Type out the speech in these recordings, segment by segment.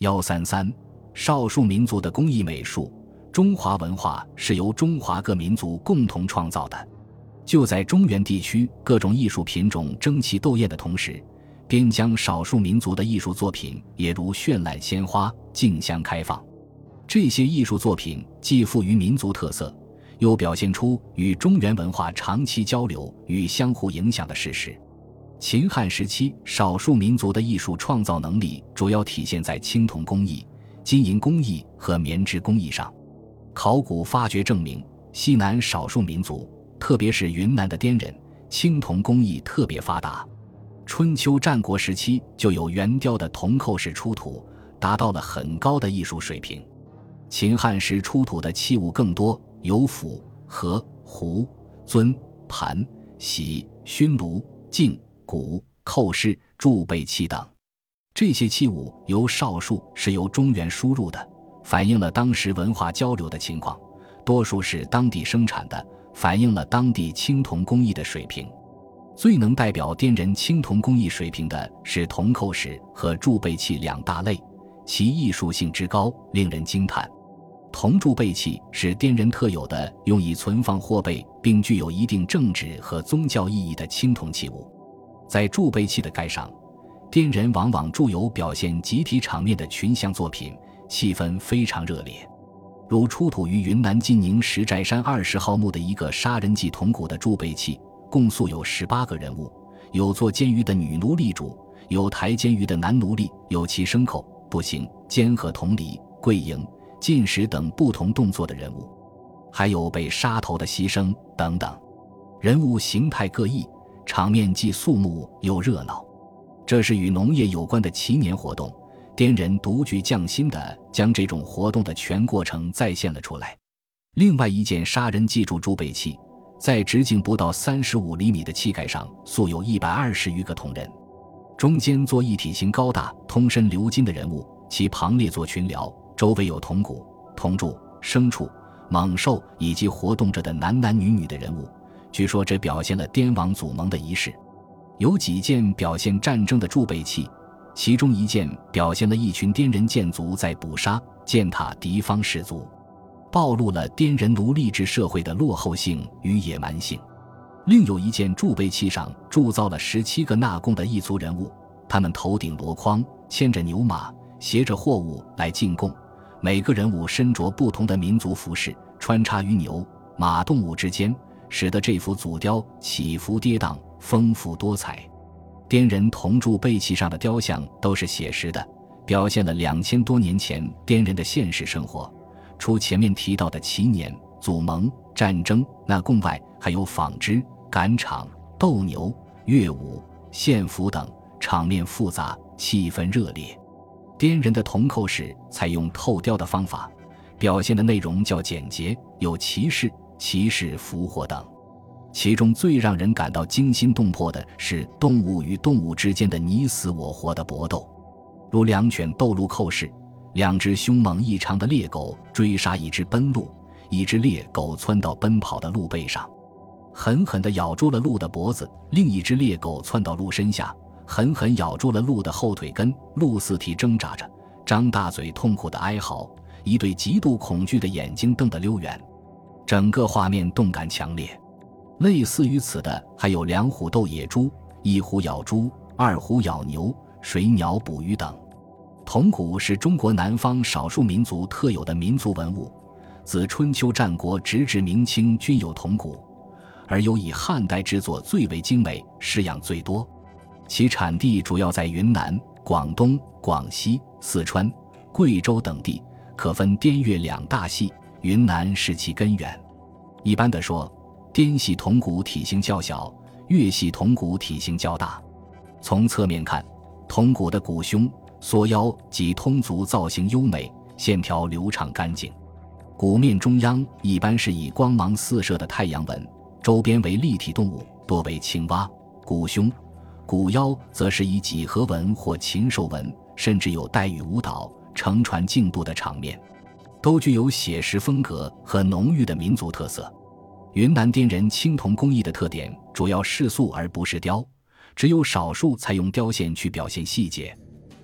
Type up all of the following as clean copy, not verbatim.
133少数民族的工艺美术。中华文化是由中华各民族共同创造的。就在中原地区各种艺术品种争奇斗艳的同时，边疆少数民族的艺术作品也如绚烂鲜花，竞相开放。这些艺术作品既富于民族特色，又表现出与中原文化长期交流与相互影响的事实。秦汉时期少数民族的艺术创造能力主要体现在青铜工艺、金银工艺和棉织工艺上。考古发掘证明，西南少数民族，特别是云南的滇人，青铜工艺特别发达。春秋战国时期就有圆雕的铜扣式出土，达到了很高的艺术水平。秦汉时出土的器物更多，有釜、盒、壶、尊、盘、洗、熏炉、镜、鼓、扣式、贮贝器等。这些器物由少数是由中原输入的，反映了当时文化交流的情况，多数是当地生产的，反映了当地青铜工艺的水平。最能代表滇人青铜工艺水平的是铜扣式和贮贝器两大类，其艺术性之高令人惊叹。铜贮贝器是滇人特有的用以存放货贝并具有一定政治和宗教意义的青铜器物。在贮贝器的盖上，滇人往往铸有表现集体场面的群像作品，气氛非常热烈。如出土于云南晋宁石寨山20号墓的一个杀人祭铜鼓的贮贝器，共塑有18个人物，有做监狱的女奴隶主，有抬监狱的男奴隶，有骑牲口、步行、肩和同离、跪迎、进食等不同动作的人物，还有被杀头的牺牲等等。人物形态各异，场面既肃穆又热闹。这是与农业有关的祈年活动，滇人独具匠心地将这种活动的全过程再现了出来。另外一件杀人祭贮贝器，在直径不到35厘米的器盖上塑有120余个铜人，中间做一体型高大通身鎏金的人物，其旁列作群僚，周围有铜鼓、铜柱、牲畜、猛兽以及活动着的男男女女的人物。据说这表现了滇王祖盟的仪式。有几件表现战争的贮贝器，其中一件表现了一群滇人剑卒在捕杀、践踏敌方士卒，暴露了滇人奴隶制社会的落后性与野蛮性。另有一件贮贝器上铸造了17个纳贡的异族人物，他们头顶箩筐，牵着牛马，携着货物来进贡，每个人物身着不同的民族服饰，穿插于牛马动物之间，使得这幅祖雕起伏跌宕，丰富多彩。滇人铜铸贝器上的雕像都是写实的，表现了2000多年前滇人的现实生活。除前面提到的祈年、祖盟、战争、纳贡外，还有纺织、赶场、斗牛、乐舞、献俘等，场面复杂，气氛热烈。滇人的铜扣式采用透雕的方法，表现的内容较简洁，有骑士、骑士俘获等。其中最让人感到惊心动魄的是动物与动物之间的你死我活的搏斗，如两犬斗鹿扣式，2只凶猛异常的猎狗追杀一只奔鹿，一只猎狗窜到奔跑的鹿背上，狠狠地咬住了鹿的脖子，另一只猎狗窜到鹿身下，狠狠咬住了鹿的后腿根，鹿四蹄挣扎着，张大嘴痛苦的哀嚎，一对极度恐惧的眼睛瞪得溜圆，整个画面动感强烈。类似于此的还有2虎斗野猪、1虎咬猪、2虎咬牛、水鸟捕鱼等。铜鼓是中国南方少数民族特有的民族文物，自春秋战国直至明清均有铜鼓，而有以汉代制作最为精美，式样最多。其产地主要在云南、广东、广西、四川、贵州等地，可分滇粤2大系，云南是其根源。一般的说，滇系铜鼓体型较小，粤系铜鼓体型较大。从侧面看，铜鼓的鼓胸、缩腰及通足造型优美，线条流畅干净。鼓面中央一般是以光芒四射的太阳纹，周边为立体动物，多为青蛙。鼓胸、鼓腰则是以几何纹或禽兽纹，甚至有带羽舞蹈、乘船竞渡的场面，都具有写实风格和浓郁的民族特色。云南滇人青铜工艺的特点主要是塑而不是雕，只有少数采用雕线去表现细节。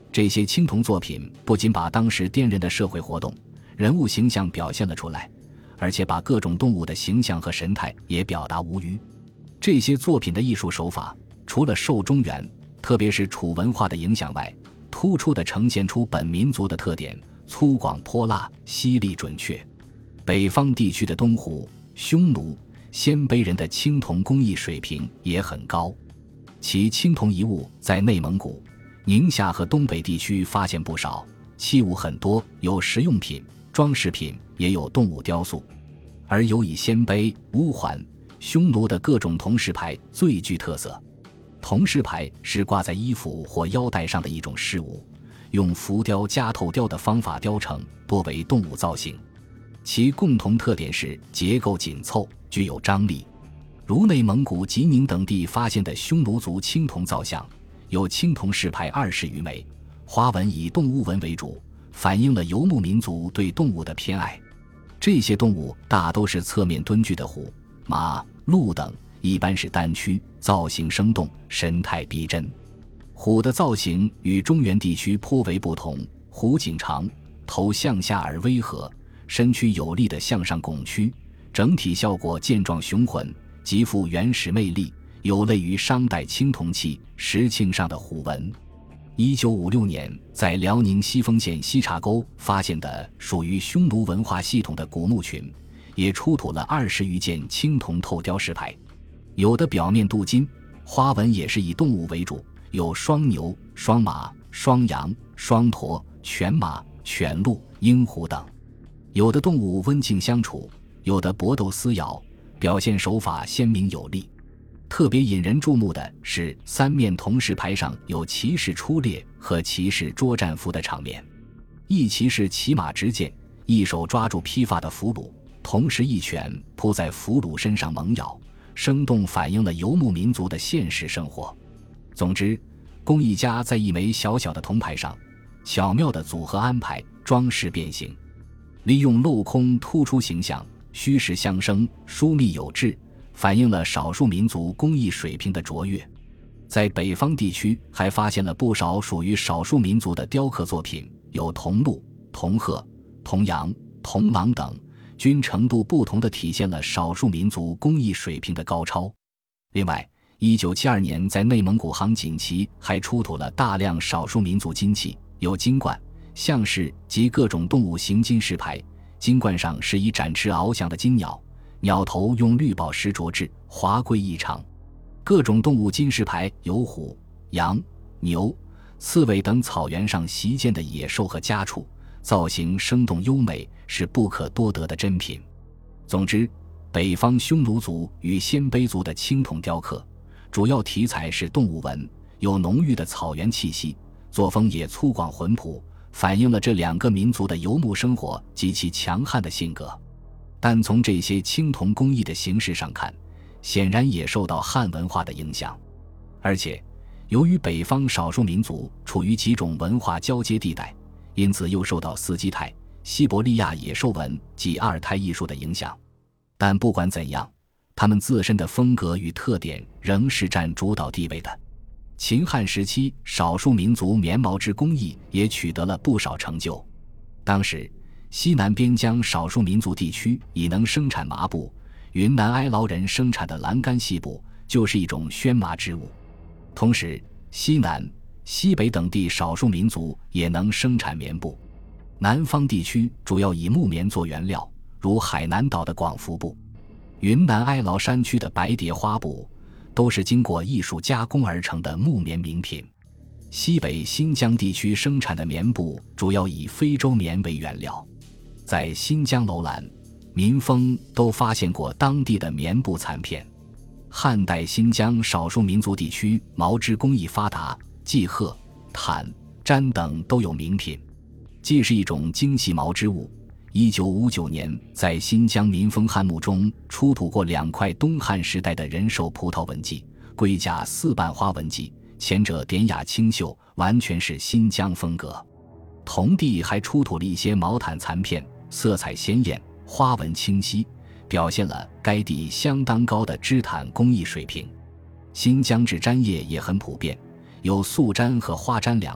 这些青铜作品不仅把当时滇人的社会活动、人物形象表现了出来，而且把各种动物的形象和神态也表达无余。这些作品的艺术手法，除了受中原，特别是楚文化的影响外，突出地呈现出本民族的特点，粗犷泼辣，犀利准确。北方地区的东胡、匈奴、鲜卑人的青铜工艺水平也很高，其青铜遗物在内蒙古、宁夏和东北地区发现不少，器物很多，有实用品、装饰品，也有动物雕塑。而尤以鲜卑、乌桓、匈奴的各种铜饰牌最具特色。铜饰牌是挂在衣服或腰带上的一种饰物，用浮雕加透雕的方法雕成，多为动物造型。其共同特点是结构紧凑，具有张力。如内蒙古吉宁等地发现的匈奴族青铜造像，有青铜饰牌20余枚，花纹以动物纹为主，反映了游牧民族对动物的偏爱。这些动物大都是侧面蹲踞的虎、马、鹿等，一般是单躯，造型生动，神态逼真。虎的造型与中原地区颇为不同，虎颈长，头向下而微合，身躯有力地向上拱曲，整体效果健壮雄浑，极富原始魅力，有类于商代青铜器石磬上的虎纹。1956年在辽宁西丰县西岔沟发现的属于匈奴文化系统的古墓群，也出土了20余件青铜透雕饰牌，有的表面镀金，花纹也是以动物为主，有双牛、双马、双羊、双驼、犬马、犬鹿、鹰虎等。有的动物温静相处，有的搏斗撕咬，表现手法鲜明有力。特别引人注目的是3面铜饰牌上有骑士出猎和骑士捉战俘的场面，一骑士骑马执剑，一手抓住披发的俘虏，同时一拳扑在俘虏身上猛咬，生动反映了游牧民族的现实生活。总之，工艺家在一枚小小的铜牌上巧妙地组合安排，装饰变形，利用镂空突出形象，虚实相生，疏密有致，反映了少数民族工艺水平的卓越。在北方地区还发现了不少属于少数民族的雕刻作品，有铜鹿、铜鹤、铜羊、铜狼等，均程度不同地体现了少数民族工艺水平的高超。另外，1972年在内蒙古杭锦旗还出土了大量少数民族金器，有金冠、象饰及各种动物形金饰牌，金冠上是以展翅翱翔的金鸟，鸟头用绿宝石琢制，华贵异常。各种动物金饰牌有虎、羊、牛、刺猬等草原上习见的野兽和家畜，造型生动优美，是不可多得的珍品。总之，北方匈奴族与鲜卑族的青铜雕刻，主要题材是动物纹，有浓郁的草原气息，作风也粗犷浑朴，反映了这2个民族的游牧生活及其强悍的性格。但从这些青铜工艺的形式上看，显然也受到汉文化的影响。而且由于北方少数民族处于几种文化交接地带，因此又受到斯基泰、西伯利亚野兽纹及阿尔泰艺术的影响。但不管怎样，他们自身的风格与特点仍是占主导地位的。秦汉时期少数民族棉毛织工艺也取得了不少成就。当时西南边疆少数民族地区已能生产麻布，云南哀牢人生产的栏杆细布就是一种宣麻织物。同时西南、西北等地少数民族也能生产棉布。南方地区主要以木棉做原料，如海南岛的广福布、云南哀牢山区的白蝶花布，都是经过艺术加工而成的木棉名品。西北新疆地区生产的棉布主要以非洲棉为原料，在新疆楼兰、民丰都发现过当地的棉布残片。汉代新疆少数民族地区毛织工艺发达，髻褐、毯、毡等都有名品。既是一种精细毛织物，1959年在新疆民丰汉墓中出土过2块东汉时代的人手葡萄纹记，龟甲4瓣花纹记，前者典雅清秀，完全是新疆风格。同地还出土了一些毛毯残片，色彩鲜艳，花纹清晰，表现了该地相当高的织毯工艺水平。新疆制毡业也很普遍，有素毡和花毡2类，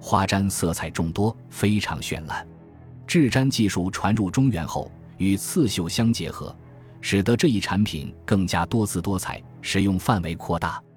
花毡色彩众多，非常绚烂。制毡技术传入中原后，与刺绣相结合，使得这一产品更加多姿多彩，使用范围扩大。